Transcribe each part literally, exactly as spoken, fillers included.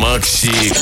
Макси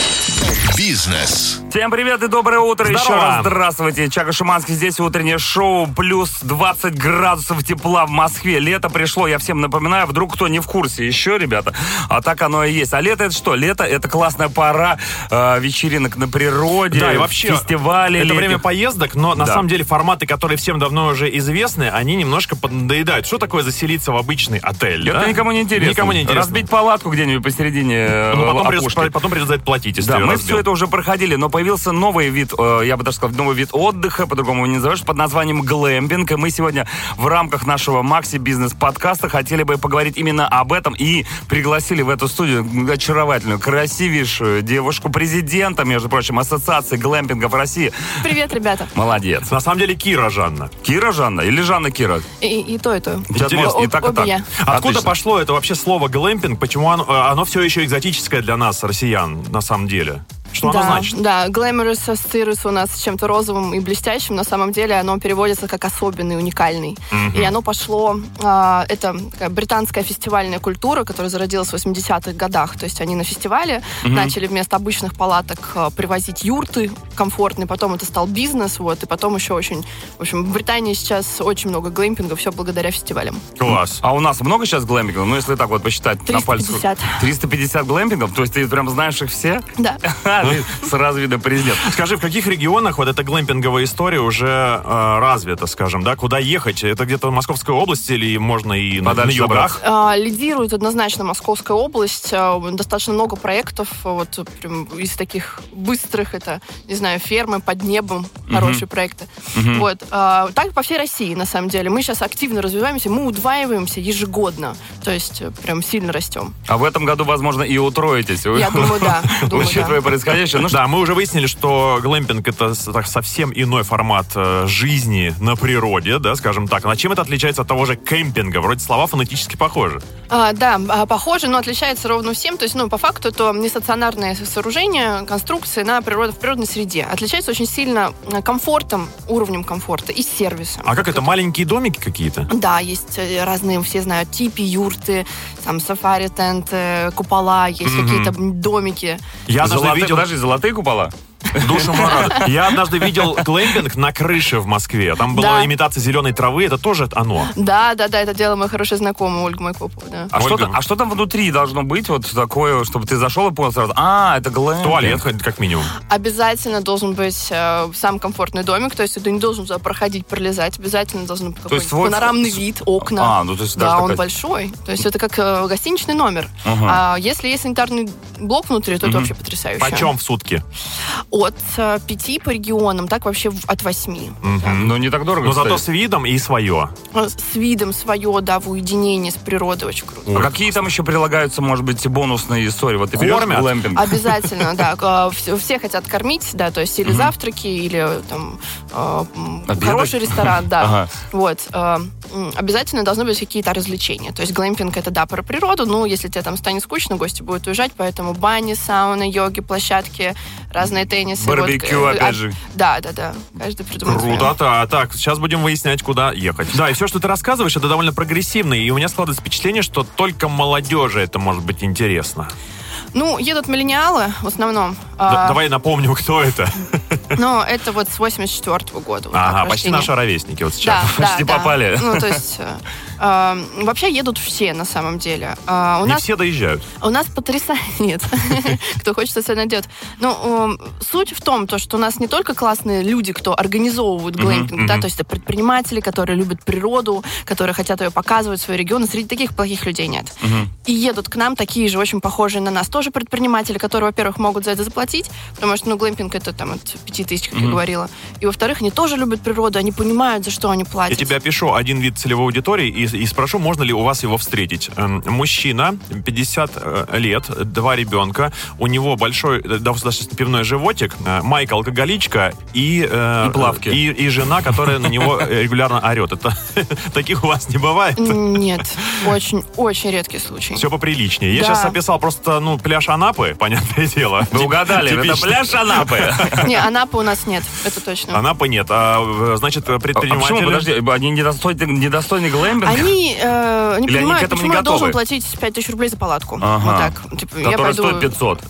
Бизнес. Всем привет и доброе утро. Здорово. Еще раз здравствуйте. Чака Шуманский здесь, утреннее шоу. Плюс двадцать градусов тепла в Москве. Лето пришло, я всем напоминаю, вдруг кто не в курсе еще, ребята. А так оно и есть. А лето это что? Лето это классная пора э, вечеринок на природе, да, и вообще, фестивалей. Это летних. время поездок, но на Да. самом деле форматы, которые всем давно уже известны, они немножко поднадоедают. Что такое заселиться в обычный отель? Это да? никому не интересно. Никому не интересно. Разбить палатку где-нибудь посередине э, Ну, потом, опушки. придется, потом придется за это платить, если Да, ты её мы разбил. все это уже проходили, но появился новый вид, э, я бы даже сказал, новый вид отдыха, по-другому его не назовешь, под названием глэмпинг. И мы сегодня в рамках нашего Макси Бизнес подкаста хотели бы поговорить именно об этом и пригласили в эту студию очаровательную, красивейшую девушку, президента, между прочим, Ассоциации глэмпингов России. Привет, ребята. Молодец. На самом деле Кира Жанна. Кира Жанна или Жанна Кира? И, и то, и то. Интересно, и так, и Обе так. я. Откуда Отлично. пошло это вообще слово глэмпинг? Почему оно, оно все еще экзотическое для нас, россиян, на самом деле? Что да, оно значит? Да, glamorous ассоциируется у нас с чем-то розовым и блестящим. На самом деле оно переводится как особенный, уникальный. Мгм. И оно пошло... а, это такая британская фестивальная культура, которая зародилась в восьмидесятых годах. То есть они на фестивале начали вместо обычных палаток а, привозить юрты комфортные. Потом это стал бизнес. Вот, и потом еще очень... В общем, в Британии сейчас очень много глэмпинга. Все благодаря фестивалям. Класс. А у нас много сейчас глэмпингов? Ну, если так вот посчитать на пальцах. триста пятьдесят. триста пятьдесят глэмпингов? То есть ты прям знаешь их все? Да. Ты сразу видно президент. Скажи, в каких регионах вот эта глэмпинговая история уже э, развита, скажем, да? Куда ехать? Это где-то в Московской области или можно и на, на Подальше югах? А, Лидирует однозначно Московская область. А, Достаточно много проектов вот прям из таких быстрых. Это, не знаю, фермы под небом. Хорошие проекты. Вот. А, Так по всей России, на самом деле. Мы сейчас активно развиваемся. Мы удваиваемся ежегодно. То есть э, прям сильно растем. А в этом году, возможно, и утроитесь. Я думаю, да. Думаю, Учитывая да. происходящее. Ну что, Да, мы уже выяснили, что глэмпинг это с- так, совсем иной формат э, жизни на природе, да, скажем так. А чем это отличается от того же кемпинга? Вроде слова фонетически похожи. А, да, а, похоже, но отличается ровно всем. То есть, ну, по факту, это не стационарные сооружения, конструкции на природе, в природной среде. Отличается очень сильно э, комфортом, уровнем комфорта и сервисом. А как это, маленькие домики какие-то? Да, есть э, разные, все знают, типи, юрты, там, сафари-тенты, купола, есть Мгм. какие-то домики. Я однажды золотые, видел... подожди, золотые купола? Душу Марат. Я однажды видел глэмпинг на крыше в Москве. Там была Да. имитация зеленой травы. Это тоже оно. Да, да, да, это дело моя хорошая знакомая Ольга Майкопова, да. А что, Ольга. там- а что там внутри должно быть вот такое, чтобы ты зашел и понял сразу, а, это глэмпинг. Туалет, хоть как минимум. Обязательно должен быть э, сам комфортный домик, то есть ты не должен туда проходить, пролезать, обязательно должен быть какой-нибудь свой- панорамный вид, окна. А, ну то есть Да, даже он такая- большой. То есть это как э, гостиничный номер. Ага. А если есть санитарный блок внутри, то это вообще потрясающе. Почем в сутки? От э, пяти по регионам, так вообще в- от восьми. Ну не так дорого, Но зато кстати. с видом и свое. Э, С видом свое, да, в уединении, с природой, очень круто. А какие там еще прилагаются, может быть, бонусные истории? Вот ты берешь Кормят? глэмпинг. Обязательно, да. Э, Все, все хотят кормить, да, то есть или завтраки, или там э, м, Обедать? хороший ресторан, да. Ага. Вот. э, м, Обязательно должны быть какие-то развлечения. То есть глэмпинг это, да, про природу, ну, если тебе там станет скучно, гости будут уезжать, поэтому бани, сауны, йоги, площадки, разные теннисы. Барбекю, вот, э, опять а- же. Да, да, да. Каждый придумал своё. Круто, да. Так, сейчас будем выяснять, куда ехать. Да, и все, что ты рассказываешь, это довольно прогрессивно. И у меня складывается впечатление, что только молодежи это может быть интересно. Ну, едут миллениалы в основном. Да- а, давай напомним, кто это. Но это вот с восемьдесят четвёртого года. вот так, Ага, почти рождения. наши ровесники вот Да, сейчас. да, Почти да. попали. Ну, то есть, э, э, вообще едут все, на самом деле. А, у, Не нас, все доезжают. у нас потрясающе... Нет. Кто хочет, тот себя найдет. Ну, э, суть в том, то, что у нас не только классные люди, кто организовывают глэмпинг, да, то есть это предприниматели, которые любят природу, которые хотят ее показывать, свой регион. И среди таких плохих людей нет. И едут к нам такие же, очень похожие на нас, тоже предприниматели, которые, во-первых, могут за это заплатить, потому что, ну, глэмпинг это там от пяти тысяч, как я говорила. И, во-вторых, они тоже любят природу, они понимают, за что они Я платят. тебе опишу один вид целевой аудитории и, и спрошу, можно ли у вас его встретить. Эм, Мужчина, пятьдесят э, лет, два ребенка, у него большой, э, достаточно пивной животик, э, майка алкоголичка и... э, И плавки. И, и жена, которая на него э, регулярно орет. Это таких у вас не бывает? Нет, очень, очень редкий случай. Все поприличнее. Я Да. сейчас описал просто, ну, пляж Анапы, понятное дело. Вы угадали, это Типично. пляж Анапы. Не, Анапы у нас нет, это точно. Анапы нет. А, э, значит, А почему, предприниматели... подожди, они недостойны, недостойны глэмпинга? Они э, не Или они понимают, к этому не почему я должен готовы? платить пять тысяч рублей за палатку. Ага. Вот так. Типа, я Который пойду... стоит пятьсот.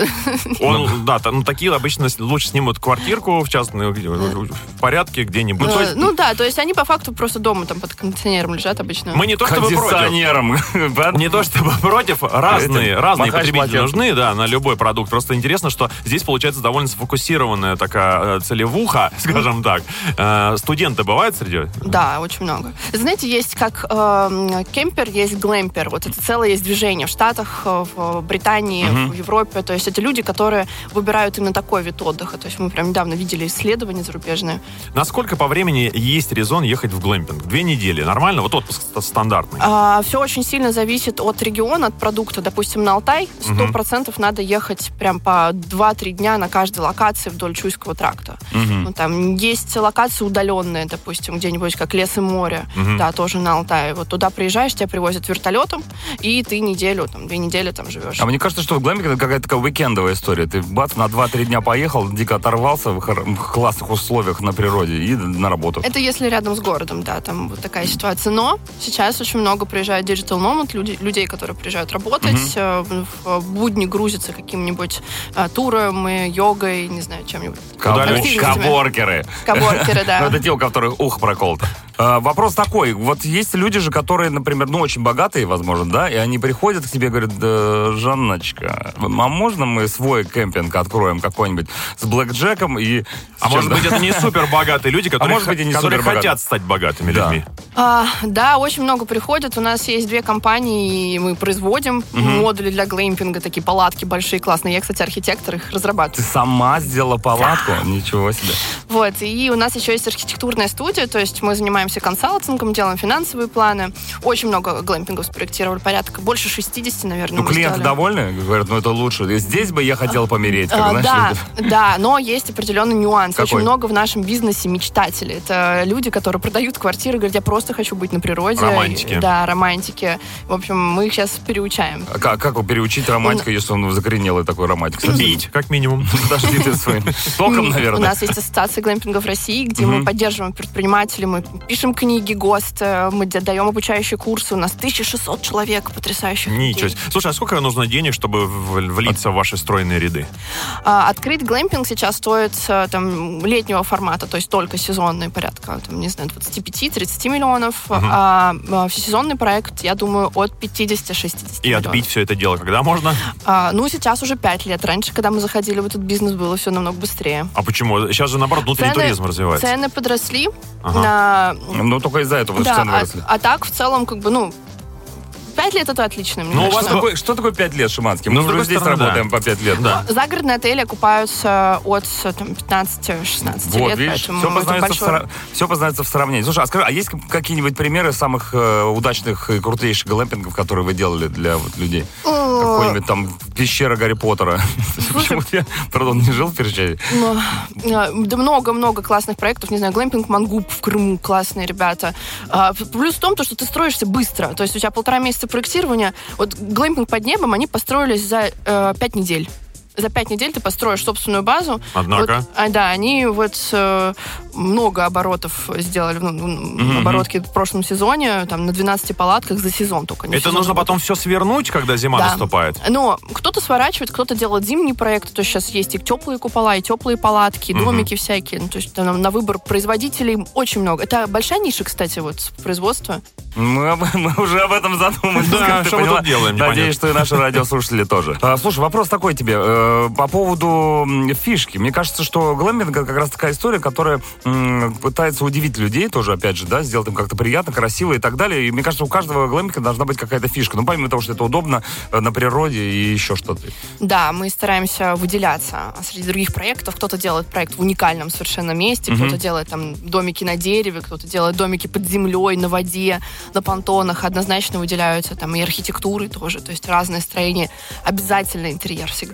Он, да, там, ну, такие обычно лучше снимут квартирку в частной, в порядке где-нибудь. Ну, то Э, есть- Ну да, то есть они по факту просто дома там под кондиционером лежат обычно. Мы не то чтобы против. Кондиционером. Не то чтобы против, разные, Этим, разные махаешь потребители полотенцем. нужны, да, на любой продукт. Просто интересно, что здесь получается довольно сфокусированная такая э, целевуха, скажем так. Э, Студенты бывают среди? Да, очень много. Знаете, есть как э, кемпер, есть глэмпер. Вот это целое есть движение в Штатах, э, в Британии, в Европе. То есть это люди, которые выбирают именно такой вид отдыха. То есть мы прям недавно видели исследования зарубежные. Насколько по времени есть резон ехать в глэмпинг? Две недели. Нормально? Вот отпуск стандартный. А, все очень сильно зависит от региона, от продукта. Допустим, на Алтай сто процентов надо ехать прям по два-три дня на каждой локации вдоль Чуйского тракта. Ну, там есть локации удаленные, допустим, где-нибудь как лес и море, да, тоже на Алтае. Вот туда приезжаешь, тебя привозят вертолетом, и ты неделю, там, две недели там живешь. А мне кажется, что в глэмпинг это какая-то такая уикендовая история. Ты бац, на два-три дня поехал, дико оторвался в хор- в классных условиях на природе и на работу. Это если рядом с городом, да, там вот такая ситуация. Но сейчас очень много приезжает Digital Nomad, люди, людей, которые приезжают работать, э, в будни грузятся каким-нибудь э, туром, и йогой, не знаю, чем-нибудь. Кабо- активностями. Каворкеры. Коворкеры, Ну, да. это те, у которых ухо проколото. А, вопрос такой. Вот есть люди же, которые, например, ну, очень богатые, возможно, да, и они приходят к тебе и говорят: да, Жанночка, а можно мы свой кемпинг откроем какой-нибудь с блэкджеком и... А с может чем-то?» быть, это не супер богатые люди, которые, может быть, и не которые супербогатые. хотят стать богатыми Да. людьми? А, да, очень много приходят. У нас есть две компании, и мы производим модули для глэмпинга, такие палатки большие, классные. Я, кстати, архитектор, их Ты разрабатываю. сама сделала палатку? Ничего себе. Вот, и у нас еще есть архитектурная студия, то есть мы занимаемся консалтингом, делаем финансовые планы. Очень много глэмпингов спроектировали, порядка, больше шестьдесят, наверное, Ну, мы клиенты сделали. довольны? Говорят, ну, это лучше. И здесь бы я хотел помереть. Как, А, знаешь, да, это- да, но есть определенный нюанс. Какой? Очень много в нашем бизнесе мечтателей. Это люди, которые продают квартиры, говорят, я просто хочу быть на природе. Романтики. Да, романтики. В общем, мы их сейчас переучаем. А как, как его переучить романтика, если он закоренелый такой романтик? Пить, как минимум. Подожди ты своим током, У наверное. нас есть ассоциация глэмпингов России, где мы поддерживаем предпринимателей, мы пишем книги, ГОСТ, мы д- даем обучающие курсы. У нас тысяча шестьсот человек потрясающих людей. Ничего себе. Слушай, а сколько нужно денег, чтобы в- влиться в ваши стройные ряды? А, открыть глэмпинг сейчас стоит а, там, летнего формата, то есть только сезонный, порядка, там, не знаю, двадцать пять-тридцать миллионов. А, а всесезонный проект, я думаю, от пятьдесят-шестьдесят И миллионов. отбить все это дело когда можно? А, ну, сейчас уже пять лет. Раньше, когда мы заходили в этот бизнес, было все намного быстрее. А почему? Сейчас же, наоборот, внутренний Цены- туризм развивается. Цены подросли. Ага. На, Ну, только из-за этого да, цены а, выросли. а так, в целом, как бы, ну, пять лет это отлично. мне Ну, у Что вас кажется. такое, что такое пять лет, Шиманский? Мы Ну, с уже другой здесь стороны, да. работаем по пять лет. Да. Загородные отели окупаются от там, пятнадцати-шестнадцати Вот, лет, видишь, поэтому все это познается, в большой- сра- все познается в сравнении. Слушай, а скажи, а есть какие-нибудь примеры самых э, удачных и крутейших глэмпингов, которые вы делали для вот, людей? Какой-нибудь там пещера Гарри Поттера. Почему я, правда, он не жил в пещере? Ну, э, да много-много классных проектов. Не знаю, глэмпинг Мангуб в Крыму, классные ребята. А, плюс в том, то, что ты строишься быстро. То есть у тебя полтора месяца проектирования. Вот глэмпинг под небом, они построились за э, пять недель. За пять недель ты построишь собственную базу. Однако. Вот, а, да, они вот э, много оборотов сделали, ну, ну, оборотки в прошлом сезоне, там, на двенадцати палатках за сезон только. не Это сезон нужно работы. потом все свернуть, когда зима Да. наступает? Но кто-то сворачивает, кто-то делает зимние проекты. То есть сейчас есть и теплые купола, и теплые палатки, и домики всякие. Ну, то есть там на выбор производителей очень много. Это большая ниша, кстати, вот производства. Мы, об- мы уже об этом задумались. Да, как ты что мы поняла. тут делаем, Надеюсь, непонятно. что и наши радиослушатели тоже. А, слушай, вопрос такой тебе. э, По поводу м, фишки. Мне кажется, что глэмпинг — это как раз такая история, которая м, пытается удивить людей тоже, опять же, да, сделать им как-то приятно, красиво и так далее. И мне кажется, у каждого глэмпинга должна быть какая-то фишка. Ну, помимо того, что это удобно э, на природе и еще что-то. Да, мы стараемся выделяться среди других проектов. Кто-то делает проект в уникальном совершенно месте, кто-то делает там домики на дереве, кто-то делает домики под землей, на воде, на понтонах. Однозначно выделяются там и архитектуры тоже. То есть разное строение. Обязательно интерьер всегда интересно.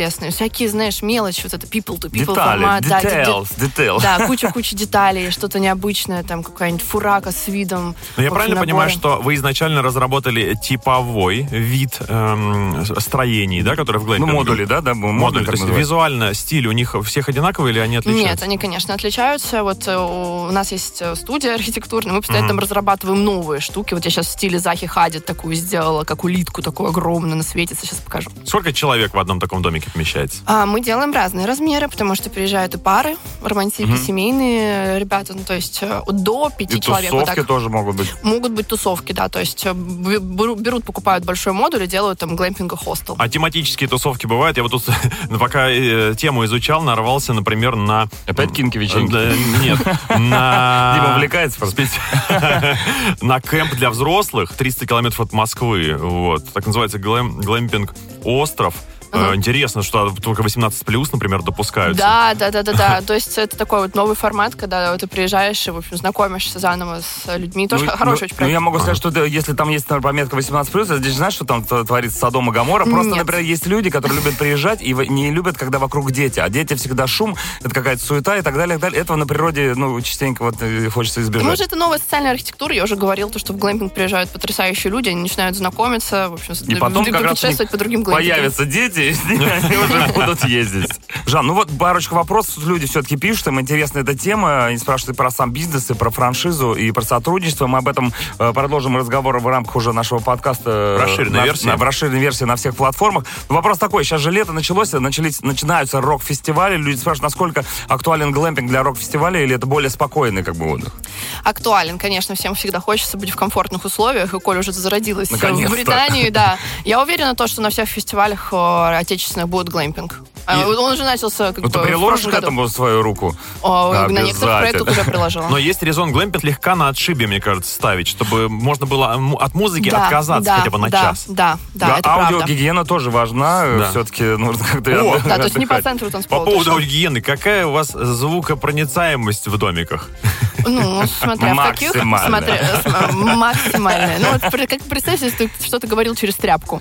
интересные. Всякие, знаешь, мелочи, вот это people-to-people Детали, формат. details, Да, detail. да, куча-куча деталей, что-то необычное, там какая-нибудь фурака с видом. Но я в общем, правильно набора. понимаю, что вы изначально разработали типовой вид эм, строений, да, который в Ну, глэмпинге? модули, да, да, модули, Модули. так То есть называют. визуально стиль у них всех одинаковый или они отличаются? Нет, они, конечно, отличаются. Вот э, у нас есть э, студия архитектурная, мы постоянно Мгм. там разрабатываем новые штуки. Вот я сейчас в стиле Захи Хадид такую сделала, как улитку, такую огромную, она светится, сейчас покажу. Сколько человек в одном таком домике помещается? А мы делаем разные размеры, потому что приезжают и пары, романтики, Мгм. семейные ребята, ну, то есть э, до пяти И человек. Вот тусовки так. тоже могут быть. Могут быть тусовки, да, то есть э, б- беру- берут, покупают большой модуль и делают там глэмпинга-хостел. А тематические тусовки бывают? Я вот тут, пока э, тему изучал, нарвался, например, на... Опять кинки-вечеринки? Да, нет, на... Дима увлекается просто. Специ- на кемп для взрослых триста километров от Москвы. Вот. Так называется глэм- глэмпинг «Остров». Э, Интересно, что только восемнадцать плюс, например, допускаются. Да, да, да, да, да. То есть это такой вот новый формат, когда ты приезжаешь и, в общем, знакомишься заново с людьми. Тоже Ну, хороший ну, очень Ну, проект. я могу сказать, что это, если там есть, например, пометка восемнадцать плюс, здесь знаешь, что там т- творится Содом и Гоморра? Просто, Нет. например, есть люди, которые любят приезжать и в- не любят, когда вокруг дети. А дети всегда шум, это какая-то суета и так далее, и так далее. Этого на природе, ну, частенько вот э, хочется избежать. Ну, же это новая социальная архитектура. Я уже говорила, то, что в глэмпинг приезжают потрясающие люди, они начинают знакомиться, в общем, И потом как раз путешествовать по другим глэмпингам. появятся дети, и с ними они уже будут ездить. Жан, ну вот парочку вопросов люди все-таки пишут, им интересна эта тема, они спрашивают и про сам бизнес, и про франшизу, и про сотрудничество. Мы об этом э, продолжим разговор в рамках уже нашего подкаста. э, Расширенной на- версии. на- в расширенной версии на всех платформах. Но вопрос такой, сейчас же лето началось, начались, начинаются рок-фестивали, люди спрашивают, насколько актуален глэмпинг для рок-фестиваля, или это более спокойный как бы отдых? Актуален, конечно, всем всегда хочется быть в комфортных условиях, и Коля уже зародилась Наконец-то. в Британии, да. Я уверена, то, что на всех фестивалях э, отечественных будет глэмпинг. А, И- Он уже начался как Ну, ты бы в приложишь прошлом к году. этому свою руку? О, на Обязательно. некоторых проектах уже приложила. Но есть резон глэмпинг слегка на отшибе, мне кажется, ставить, чтобы можно было м- от музыки Да, отказаться да, хотя бы на да, час. Да, да, это правда. аудиогигиена тоже важна, Да. все-таки нужно как-то О, отдыхать. Да, то есть не по центру По танцпола. поводу точно. аудиогигиены, какая у вас звукопроницаемость в домиках? Ну, смотря в каких... Максимальная. смотря- э, см- Максимальная. Ну, вот при- как представь, если ты что-то говорил через тряпку.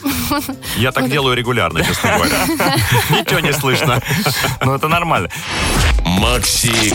Я так делаю регулярно, честно говоря. Ничего не слышно. Ну, это нормально. Макси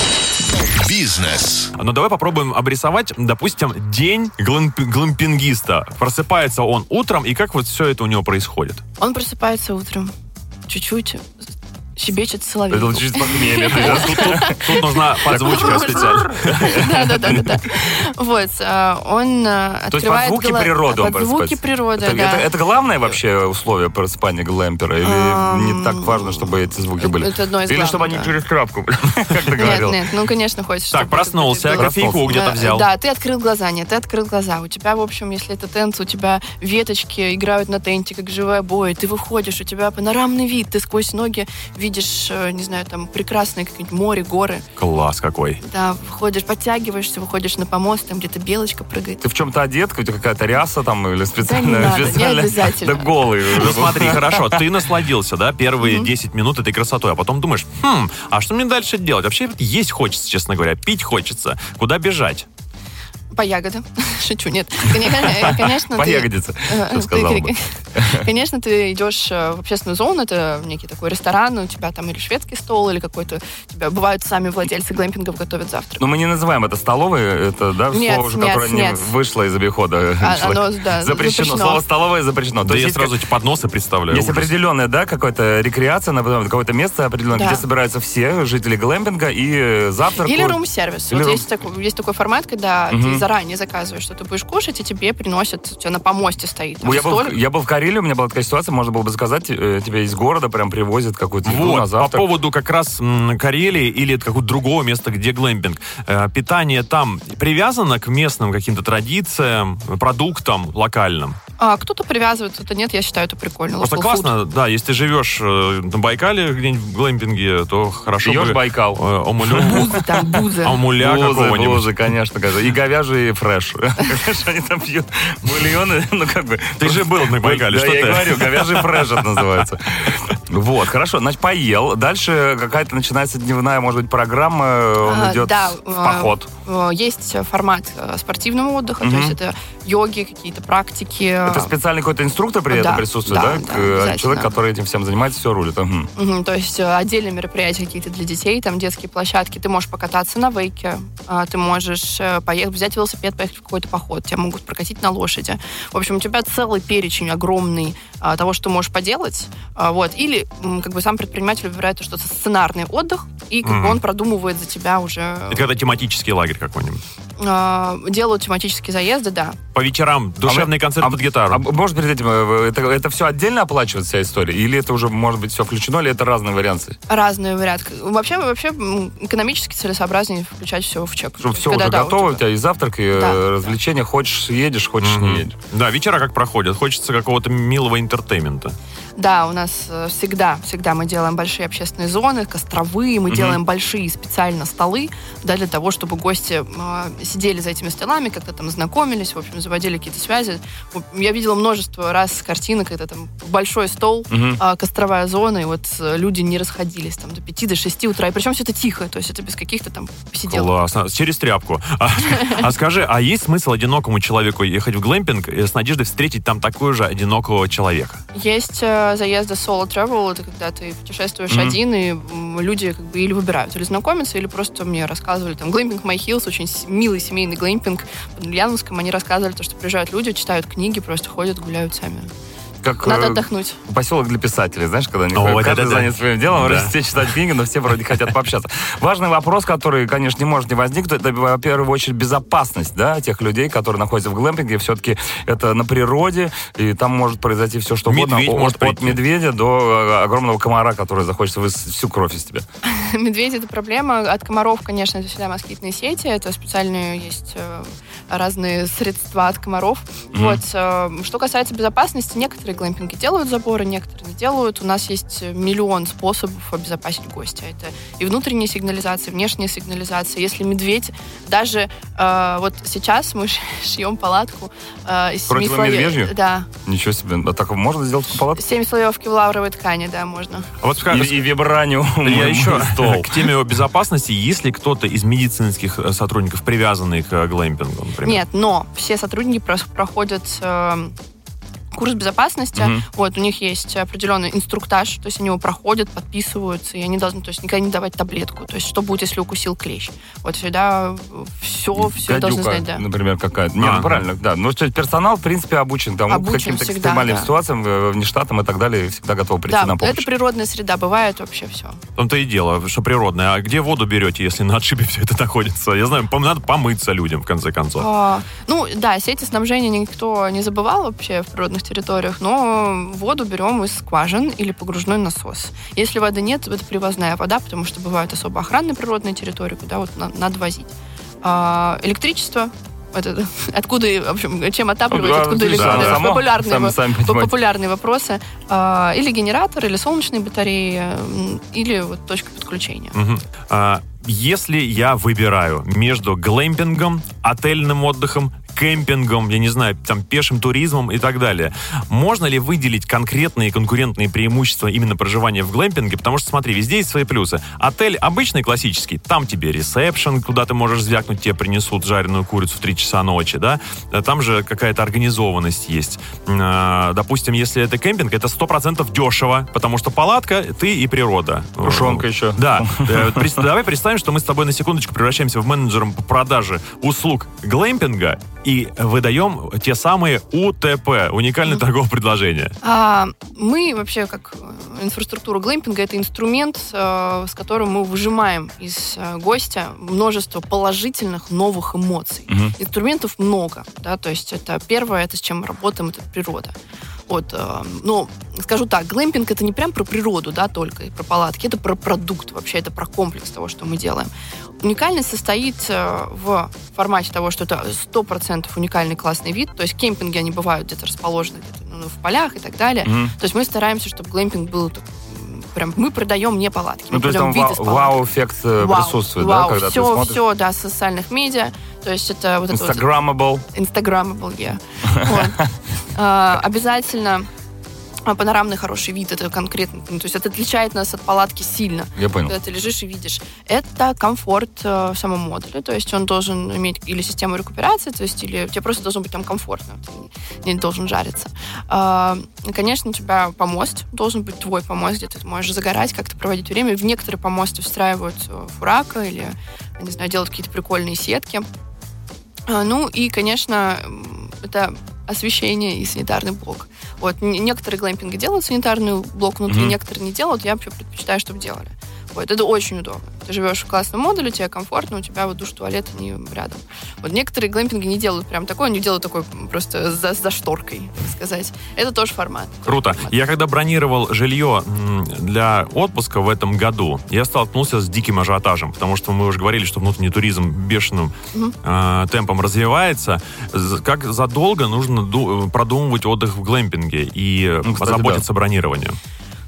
Бизнес. Но давай попробуем обрисовать, допустим, день глэмп- глэмпингиста. Просыпается он утром, и как вот все это у него происходит? Он просыпается утром, чуть-чуть щебечет Это соловей. вот чуть похмелье. Тут, тут- тут нужна подзвучка специально. Да-да-да. Вот, э, он э, То есть под открывает... звуки гла- природы он Под звуки просыпается? природы, Это, да. это- это главное вообще условие просыпания глэмпера? Или Ам, не так важно, чтобы эти звуки были? это одно из Или главных, чтобы они да. через тряпку, как ты Нет, говорил? нет, ну, конечно, хочется. Так, чтобы проснулся, это было- кофейку где-то Э, взял. Да, ты открыл глаза, нет, ты открыл глаза. У тебя, в общем, если это тент, у тебя веточки играют на тенте, как живая бой. Ты выходишь, у тебя панорамный вид, ты сквозь ноги видишь, э, не знаю, там, прекрасное какое-нибудь море, горы. Класс какой. Да, выходишь, подтягиваешься, выходишь на помост, там где-то белочка прыгает. Ты в чем-то одет, у тебя какая-то ряса там или специальная? надо, не специальная- обязательно. Да голый. Ну смотри, хорошо, ты насладился, да, первые десять минут этой красотой, а потом думаешь, хм, а что мне дальше делать? Вообще есть хочется, честно говоря, пить хочется. Куда бежать? По ягодам. Шучу, нет. Конечно, конечно, По ты- ягодице, Э, ты сказала ты- бы. Конечно, ты идешь э, в общественную зону, это некий такой ресторан, у тебя там или шведский стол, или какой-то... У тебя бывают сами владельцы глэмпингов готовят завтрак. Но мы не называем это столовой, это, да, Нет, слово уже, нет, которое не нет. вышло из обихода. А, человека. оно, да, запрещено. запрещено. Слово столовая запрещено. То Да есть я есть сразу эти подносы представляю. Есть ужас. определенная, да, какая-то рекреация, например, какое-то место определенное, Да. где собираются все жители глэмпинга и э, завтракают. Или рум-сервис. Или Вот рум- есть такой, есть такой формат, когда Мгм. ты заранее заказываешь, что ты будешь кушать, и тебе приносят, у тебя на помосте стоит там Я был, столик. я был в Карелии, у меня была такая ситуация, можно было бы заказать, э, тебе из города прям привозят какую-то еду на Вот, по завтрак. поводу как раз м, Карелии или какого-то другого места, где глэмпинг. Э, питание там привязано к местным каким-то традициям, продуктам локальным? А кто-то привязывает, кто-то нет, я считаю, это прикольно. Просто Local классно, да, если ты живешь э, на Байкале где-нибудь в глэмпинге, то хорошо Пьешь бы... Байкал. э, омулю- food. Бузы там, бузы. Омуля Бузы, какого-нибудь. бузы, конечно, конечно. И говяжий фреш. Конечно, они там пьют бульоны, ну как бы... Ты же был на Байкале, Да, что я и ты? говорю, говяжий фреш это называется. Вот, хорошо, значит, поел. Дальше какая-то начинается дневная, может быть, программа, он А, идет да, в поход. э, Есть формат э, спортивного отдыха, Мгм. то есть это йоги, какие-то практики. Это специальный какой-то инструктор при этом Да, присутствует, да, да? да, К- Человек, обязательно. который этим всем занимается, все рулит. Мгм. Мгм, то есть э, отдельные мероприятия какие-то для детей, там детские площадки. Ты можешь покататься на вейке, а, ты можешь э, поехать, взять велосипед, поехать в какой-то поход, тебя могут прокатить на лошади. В общем, у тебя целый перечень огромный а, того, что ты можешь поделать. А, вот. Или м, как бы сам предприниматель выбирает то, что это сценарный отдых, и как бы Мгм. он продумывает за тебя уже... Это когда тематический лагерь какой-нибудь. а, делают тематические заезды, да. По вечерам душевный А вы- концерт а- под гитару. А может, перед этим, э, это, это все отдельно оплачивает вся история? Или это уже, может быть, все включено, или это разные варианты? Разные варианты. Вообще, вообще м, экономически целесообразнее включать все в чек. Что все Когда, уже да, готово, у тебя- тебя и завтрак, и э, Да, развлечения. Хочешь, едешь, хочешь, Мгм. не едешь. Да, вечера как проходят. Хочется какого-то милого интертеймента. Да, у нас э, всегда, всегда мы делаем большие общественные зоны, костровые, мы Мгм. делаем большие специально столы, да, для того, чтобы гости э, сидели за этими столами, как-то там знакомились, в общем, заводили какие-то связи. Вот я видела множество раз картинок, когда там большой стол, Мгм. а, костровая зона, и вот э, люди не расходились там до пяти, до шести утра, и причем все это тихо, то есть это без каких-то там посиделок. Классно. Через тряпку. А, а скажи, а есть смысл одинокому человеку ехать в глэмпинг и с надеждой встретить там такого же одинокого человека? Есть э, заезды solo travel, это когда ты путешествуешь Мгм. один, и м, люди как бы или выбирают, или знакомиться, или просто мне рассказывали, там, глэмпинг My Hills, очень с- милый семейный глэмпинг под Ульяновском, они рассказывали, то, что приезжают люди, читают книги, просто ходят, гуляют сами. Как Надо э, отдохнуть. поселок для писателей, знаешь, когда они О, ходят, да, каждый да, да. занят своим делом, Да. вроде все читают книги, но все вроде хотят пообщаться. Важный вопрос, который, конечно, не может не возникнуть, это, в первую очередь, безопасность, да, тех людей, которые находятся в глэмпинге. Все-таки это на природе, и там может произойти все, что угодно. Медведь От, может от прийти. медведя до э, огромного комара, который захочет высосать всю кровь из тебя. Медведи — это проблема. От комаров, конечно, это всегда москитные сети. Это специальные есть э, разные средства от комаров. Мгм. Вот. э, Что касается безопасности, некоторые глэмпинги делают заборы, некоторые не делают. У нас есть миллион способов обезопасить гостя. Это и внутренняя сигнализация, и внешняя сигнализация. Если медведь, даже э, вот сейчас мы ш- шьем палатку э, из семи слоев. Противомедвежью? Да. Ничего себе. А так можно сделать палатку? Семь слоев кевларовой ткани, да, можно. А вот скажи, И, и вибраниум. я еще стол. к теме безопасности. Есть ли кто-то из медицинских э, сотрудников, привязанный к э, глэмпингу, например? Нет, но все сотрудники прос- проходят э, курс безопасности. Мгм. Вот, у них есть определенный инструктаж, то есть они его проходят, подписываются, и они должны, то есть, никогда не давать таблетку. То есть, что будет, если укусил клещ? Вот всегда все, все должны Гадюка, знать, да. например, какая-то. Нет, А, ну, правильно, да. Ну, что персонал, в принципе, обучен тому, Обучен каким-то всегда, экстремальным да. ситуациям, э, внештатам и так далее, и всегда готов прийти Да, на помощь. это природная среда, бывает вообще все. В том-то и дело, что природное. А где воду берете, если на отшибе все это находится? Я знаю, пом- надо помыться людям, в конце концов. А, ну, да, сети снабжения никто не забывал вообще в природных территориях, но воду берем из скважин или погружной насос. Если воды нет, это привозная вода, потому что бывают особо охранные природные территории, куда вот на- надо возить. А, электричество, это, откуда, в общем, чем отапливать, Да, откуда да, электричество, да, это само, популярные, сами- во- сами по- понимаете. популярные вопросы. А, или генератор, или солнечные батареи, м, или вот точка подключения. Мгм. А, если я выбираю между глэмпингом, отельным отдыхом, кемпингом, я не знаю, там, пешим туризмом и так далее, можно ли выделить конкретные конкурентные преимущества именно проживания в глэмпинге? Потому что, смотри, везде есть свои плюсы. Отель обычный, классический, там тебе ресепшн, куда ты можешь звякнуть, тебе принесут жареную курицу в три часа ночи, да? Там же какая-то организованность есть. А, допустим, если это кемпинг, это сто процентов дешево, потому что палатка, ты и природа. Тушенка еще. Да. Э, пред- Давай представим, что мы с тобой на секундочку превращаемся в менеджером по продаже услуг глэмпинга и выдаем те самые У Т П, уникальное торговое предложение. А, мы вообще, как э, инфраструктура глэмпинга, это инструмент, э, с которым мы выжимаем из э, гостя множество положительных новых эмоций. Мгм. Инструментов много, да, то есть это первое, это с чем мы работаем, это природа. Вот, э, ну, скажу так, глэмпинг — это не прям про природу, да, только и про палатки, это про продукт вообще, это про комплекс того, что мы делаем. Уникальность состоит э, в формате того, что это сто процентов уникальный классный вид, то есть кемпинги, они бывают где-то расположены где-то, ну, в полях и так далее. Мгм. То есть мы стараемся, чтобы глэмпинг был так, м, прям, мы продаем не палатки, мы Ну, то есть продаем там вид ва- из палаток. вау-эффект э, Вау, присутствует, вау, да, когда все, ты смотришь? все, да, с социальных медиа, то есть это вот это вот Instagrammable. Instagrammable, yeah. Вот. А, обязательно панорамный хороший вид, это конкретно, ну, то есть это отличает нас от палатки сильно. Я понял. Когда ты лежишь и видишь. Это комфорт э, в самом модуле, то есть он должен иметь или систему рекуперации, то есть или тебе просто должно быть там комфортно, ты не должен жариться. Э, конечно, у тебя помост должен быть твой помост, где ты можешь загорать, как-то проводить время. В некоторые помосты встраивают фурака или, не знаю, делают какие-то прикольные сетки. Э, ну и, конечно, это освещение и санитарный блок. Вот. Некоторые глэмпинги делают санитарный блок внутри, mm-hmm. некоторые не делают. Я вообще предпочитаю, чтобы делали. Вот. Это очень удобно. Ты живешь в классном модуле, тебе комфортно, у тебя вот душ, туалет, они рядом. Вот некоторые глэмпинги не делают прям такой, они делают такой просто за, за шторкой, так сказать. Это тоже формат. Круто. Формат. Я когда бронировал жилье для отпуска в этом году, я столкнулся с диким ажиотажем, потому что мы уже говорили, что внутренний туризм бешеным угу. э, темпом развивается. Как задолго нужно ду- продумывать отдых в глэмпинге и ну, кстати, заботиться да. бронированием?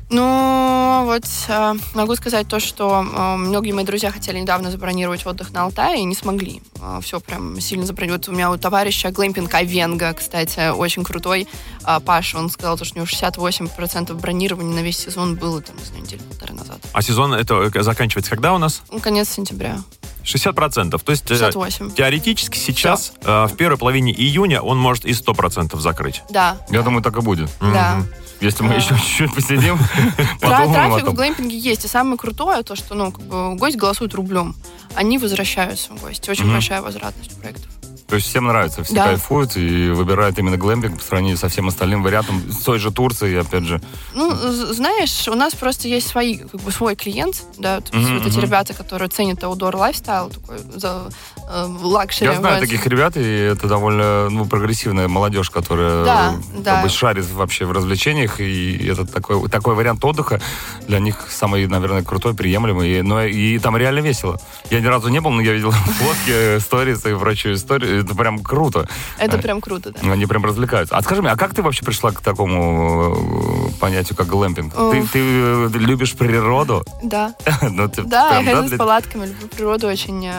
Ну, вот э, могу сказать то, что э, многие мои друзья хотели недавно забронировать отдых на Алтае и не смогли. Э, все прям сильно забронировать. Вот у меня у товарища глэмпинг Айвенго, кстати, очень крутой. Э, Паша, он сказал, что у него шестьдесят восемь процентов бронирования на весь сезон было, там, не знаю, неделю-полторы назад. А сезон это заканчивается когда у нас? Ну, конец сентября. шестьдесят процентов. То есть шестьдесят восемь. Теоретически сейчас, э, в первой половине июня, он может и сто процентов закрыть. Да. Я да. думаю, так и будет. Да. Если мы еще чуть-чуть посидим, трафик в глэмпинге есть. И самое крутое, то, что ну, как бы, гость голосует рублем. Они возвращаются в гости. Очень mm-hmm. большая возвратность проектов. То есть всем нравится, все да. кайфуют и выбирают именно глэмпинг по сравнению со всем остальным вариантом, с той же Турцией, опять же. Ну, знаешь, у нас просто есть свои, как бы, свой клиент, да, то есть mm-hmm. вот эти ребята, которые ценят outdoor лайфстайл, такой за лакшери. Я знаю таких ребят, и это довольно ну, прогрессивная молодежь, которая да, да. бы, шарит вообще в развлечениях, и это такой, такой вариант отдыха для них самый, наверное, крутой, приемлемый, но и там реально весело. Я ни разу не был, но я видел фотки, сторис и прочую историю. Это прям круто. Это прям круто, да. Они прям развлекаются. А скажи мне, а как ты вообще пришла к такому понятию, как глэмпинг? Ты, ты любишь природу? Да. ну, ты, да, прям, я хожу да, с для... палатками, люблю природу очень.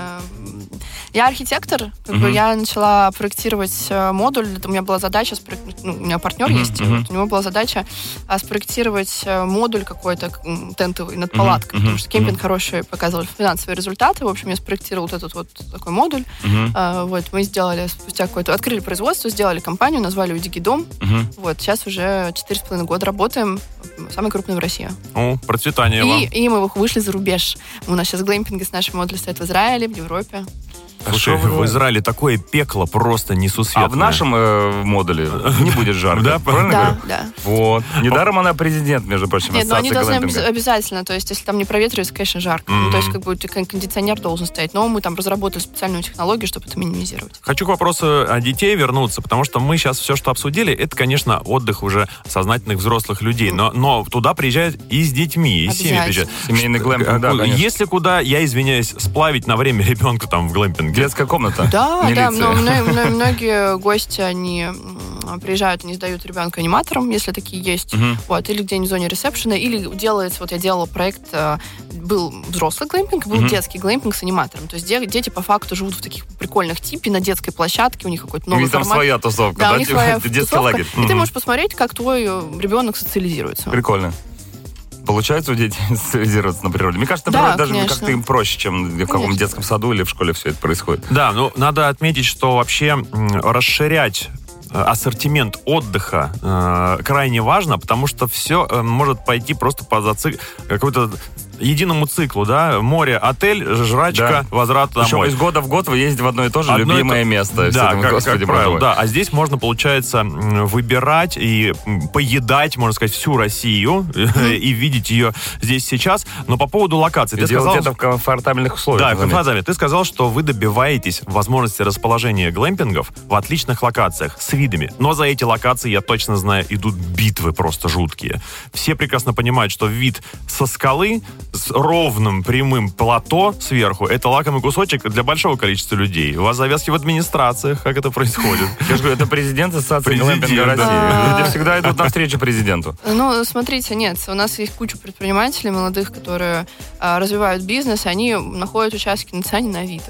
Я архитектор, как uh-huh. бы я начала проектировать модуль. У меня была задача, ну, у меня партнер uh-huh. есть, uh-huh. вот, у него была задача спроектировать модуль какой-то тентовый над палаткой, uh-huh. потому что кемпинг uh-huh. хороший показывал финансовые результаты. В общем, я спроектировала вот этот вот такой модуль. Uh-huh. А, вот, мы сделали спустя какое-то... Открыли производство, сделали компанию, назвали ее «Дикий дом». Uh-huh. Вот, сейчас уже четыре с половиной года работаем. Самый крупный в России. О, процветание и, вам. И мы вышли за рубеж. У нас сейчас глэмпинги с нашим модулем стоят в Израиле, в Европе. Слушай, в Израиле такое пекло просто несусветное. А в нашем э, модуле не будет жарко. Да, правильно да, говорю? да. Вот. Недаром она президент, между прочим, Нет, но они должны глэмпинга. обязательно, то есть если там не проветривается, конечно, жарко. Mm-hmm. Ну, то есть как бы кондиционер должен стоять. Но мы там разработали специальную технологию, чтобы это минимизировать. Хочу к вопросу о детей вернуться, потому что мы сейчас все, что обсудили, это, конечно, отдых уже сознательных взрослых людей. Но, но туда приезжают и с детьми, и с семьями приезжают. Семейный глэмпинг, да, конечно. Если куда, я извиняюсь, сплавить на время ребенка там в глэмпинге. Детская комната. Да, Милиция. да, но многие, многие гости, они приезжают, они сдают ребенка аниматорам, если такие есть, uh-huh. вот, или где-нибудь в зоне ресепшена, или делается, вот я делала проект, был взрослый глэмпинг, был uh-huh. детский глэмпинг с аниматором, то есть дети по факту живут в таких прикольных типе на детской площадке, у них какой-то новый и там формат. своя тусовка, да, да? у них своя детский тусовка, лагерь. И uh-huh. ты можешь посмотреть, как твой ребенок социализируется. Прикольно. Получается у детей социализироваться на природе? Мне кажется, на да, природе даже конечно. как-то им проще, чем в каком детском саду или в школе все это происходит. Да, ну надо отметить, что вообще м, расширять ассортимент отдыха э, крайне важно, потому что все э, может пойти просто по зацик... какой-то единому циклу, да, море, отель, жрачка, да. возврат домой. Причем из года в год вы ездите в одно и то же одно любимое это... место. Да, этому, как, Господи, как правило, да. А здесь можно, получается, выбирать и поедать, можно сказать, всю Россию mm-hmm. и видеть ее здесь сейчас. Но по поводу локации. И ты делать сказал, это в комфортабельных условиях. Да, комфортабельно. Ты сказал, что вы добиваетесь возможности расположения глэмпингов в отличных локациях с видами. Но за эти локации, я точно знаю, идут битвы просто жуткие. Все прекрасно понимают, что вид со скалы с ровным прямым плато сверху — это лакомый кусочек для большого количества людей. У вас завязки в администрациях, как это происходит? Я же говорю, это президент Ассоциации глэмпинга России. Люди всегда идут навстречу президенту. Ну, смотрите, нет, у нас есть куча предпринимателей молодых, которые развивают бизнес, они находят участки на цене на Авито.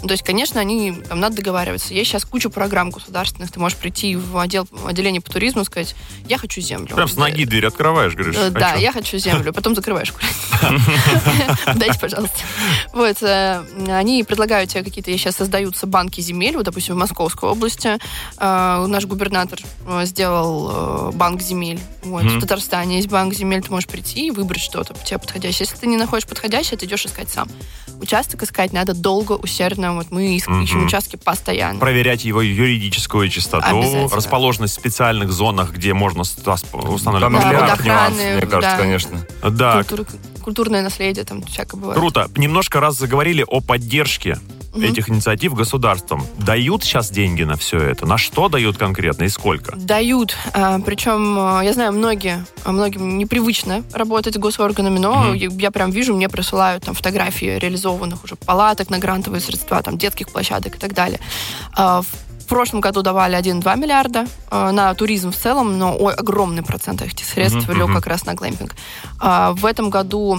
То есть, конечно, они, там, надо договариваться. Есть сейчас куча программ государственных. Ты можешь прийти в отдел, отделение по туризму и сказать, я хочу землю. Прям с ноги дверь открываешь, говоришь, э, Да, хочу. я хочу землю. Потом закрываешь. Дайте, пожалуйста. Вот. Они предлагают тебе какие-то... Сейчас создаются банки земель. Вот, допустим, в Московской области наш губернатор сделал банк земель. Вот. В Татарстане есть банк земель. Ты можешь прийти и выбрать что-то тебе подходящее. Если ты не находишь подходящее, ты идешь искать сам. Участок искать надо долго, усердно. Вот мы ищем mm-hmm. участки постоянно. Проверять его юридическую чистоту, расположенность в специальных зонах, где можно устанавливать. Там да, миллиард нюансов, охраны, мне кажется, да. конечно. Да. Культура, культурное наследие, там всякое бывает. Круто. Немножко раз заговорили о поддержке mm-hmm. этих инициатив государством. Дают сейчас деньги на все это? На что дают конкретно и сколько? Дают. Причем, я знаю, многие, многим непривычно работать с госорганами, но mm-hmm. я прям вижу, мне присылают там фотографии реализованных уже палаток на грантовые средства, там детских площадок и так далее. В прошлом году давали один-два миллиарда э, на туризм в целом, но ой, огромный процент этих средств mm-hmm. лег как раз на глэмпинг. А, в этом году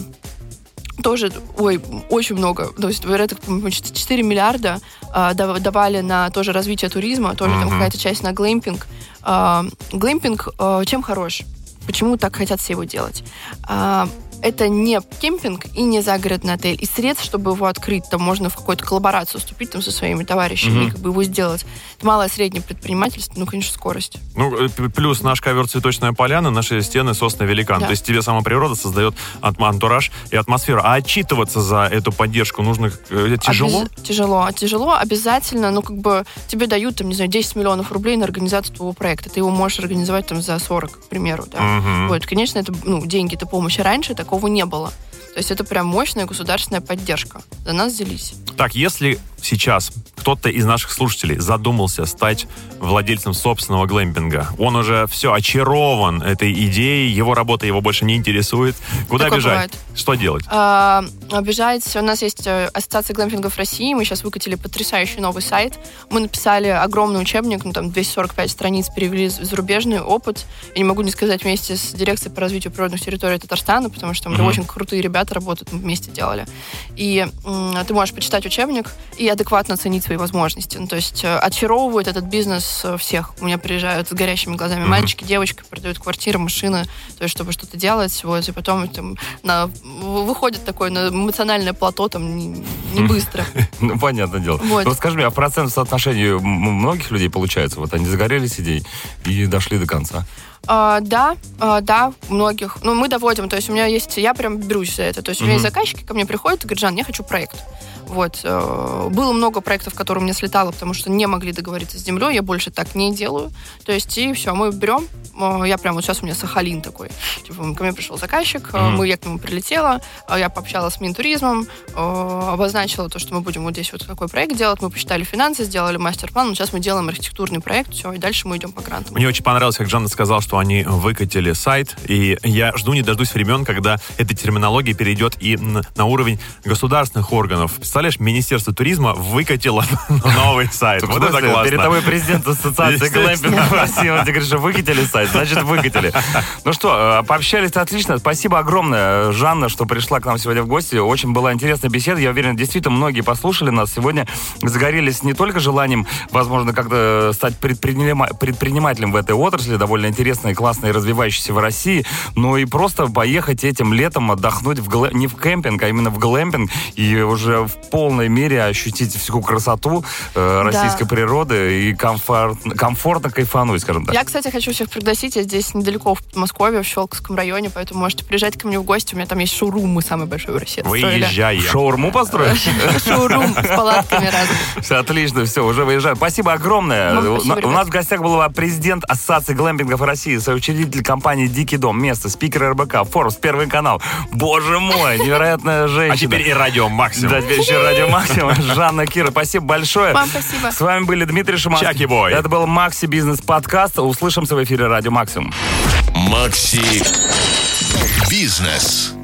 тоже, ой, очень много, то есть четыре миллиарда э, давали на тоже развитие туризма, тоже mm-hmm. там какая-то часть на глэмпинг. Э, глэмпинг э, чем хорош? Почему так хотят все его делать? Э, Это не кемпинг и не загородный отель. И средств, чтобы его открыть, там можно в какую-то коллаборацию вступить там, со своими товарищами mm-hmm. и как бы его сделать. Это малое среднее предпринимательство, ну, конечно, скорость. Ну, плюс наш ковер «Цветочная поляна», наши стены «Сосны великан». Да. То есть тебе сама природа создает антураж и атмосферу. А отчитываться за эту поддержку нужно тяжело? Обез... Тяжело. Тяжело обязательно. Ну, как бы тебе дают, там, не знаю, десять миллионов рублей на организацию твоего проекта. Ты его можешь организовать там за сорок, к примеру. Да? Mm-hmm. Вот, конечно, это, ну, деньги, это помощь. Раньше такого не было. То есть это прям мощная государственная поддержка. За нас взялись. Так, если сейчас кто-то из наших слушателей задумался стать владельцем собственного глэмпинга, он уже все очарован этой идеей, его работа его больше не интересует. Куда Такое бежать? Бывает. Что делать? А, бежать. У нас есть Ассоциация глэмпингов России. Мы сейчас выкатили потрясающий новый сайт. Мы написали огромный учебник, ну там двести сорок пять страниц, перевели зарубежный опыт. Я не могу не сказать, вместе с дирекцией по развитию природных территорий Татарстана, потому что там mm-hmm. очень крутые ребята работают, мы вместе делали. И м, ты можешь почитать учебник и адекватно оценить свои возможности. Ну, то есть очаровывают этот бизнес всех. У меня приезжают с горящими глазами mm-hmm. мальчики, девочки, продают квартиры, машины, то есть чтобы что-то делать, вот, и потом там, на, выходит такое на эмоциональное плато там не, не быстро. Ну, понятное дело. Вот. Скажи мне, а в процентном соотношении у многих людей получается? Вот они загорелись идеей и дошли до конца. Uh, да, uh, да, многих. Ну, мы доводим, то есть у меня есть, я прям берусь за это. То есть mm-hmm. у меня есть заказчики, ко мне приходят и говорят: Жан, я хочу проект. Вот. Uh, было много проектов, которые у меня слетало, потому что не могли договориться с землей, я больше так не делаю. То есть и все, мы берем, uh, я прям вот сейчас у меня Сахалин такой. Типа, ко мне пришел заказчик, mm-hmm. мы, я к нему прилетела, я пообщалась с Минтуризмом, uh, обозначила то, что мы будем вот здесь вот такой проект делать, мы посчитали финансы, сделали мастер-план, но сейчас мы делаем архитектурный проект, все, и дальше мы идем по грантам. Мне очень понравилось, как Жанна сказала, что они выкатили сайт, и я жду не дождусь времен, когда эта терминология перейдет и на уровень государственных органов. Представляешь, Министерство туризма выкатило новый сайт. Вот это классно. Перед тобой президент Ассоциации глэмпинга в России, он тебе говорит, что выкатили сайт, значит выкатили. Ну что, пообщались отлично. Спасибо огромное, Жанна, что пришла к нам сегодня в гости. Очень была интересная беседа. Я уверен, действительно, многие послушали нас сегодня, загорелись не только желанием, возможно, как-то стать предпринимателем в этой отрасли, довольно интересной, классной, развивающейся в России, но и просто поехать этим летом отдохнуть в глэ... не в кемпинг, а именно в глэмпинг и уже в полной мере ощутить всю красоту э, российской да. природы и комфорт... комфортно кайфануть, скажем так. Я, кстати, хочу всех пригласить. Я здесь недалеко в Подмосковье, в Щелковском районе, поэтому можете приезжать ко мне в гости. У меня там есть шоурум, мы самый большой в России. Выезжай. Шаурму построишь? Шоурум с палатками разными. Все, отлично, все, уже выезжаю. Спасибо огромное. У нас в гостях был президент Ассоциации глэмпингов России, соучредитель компании «Дикий дом», место, спикер эр бэ ка, Forbes, Первый канал. Боже мой, невероятная женщина. А теперь и Радио Максимум. Да, теперь еще Радио Максимум. Жанна, Кира, спасибо большое. Вам спасибо. С вами были Дмитрий Шиманский. Чаки-бой. Это был Макси Бизнес Подкаст. Услышимся в эфире Радио Максимум. Макси Бизнес.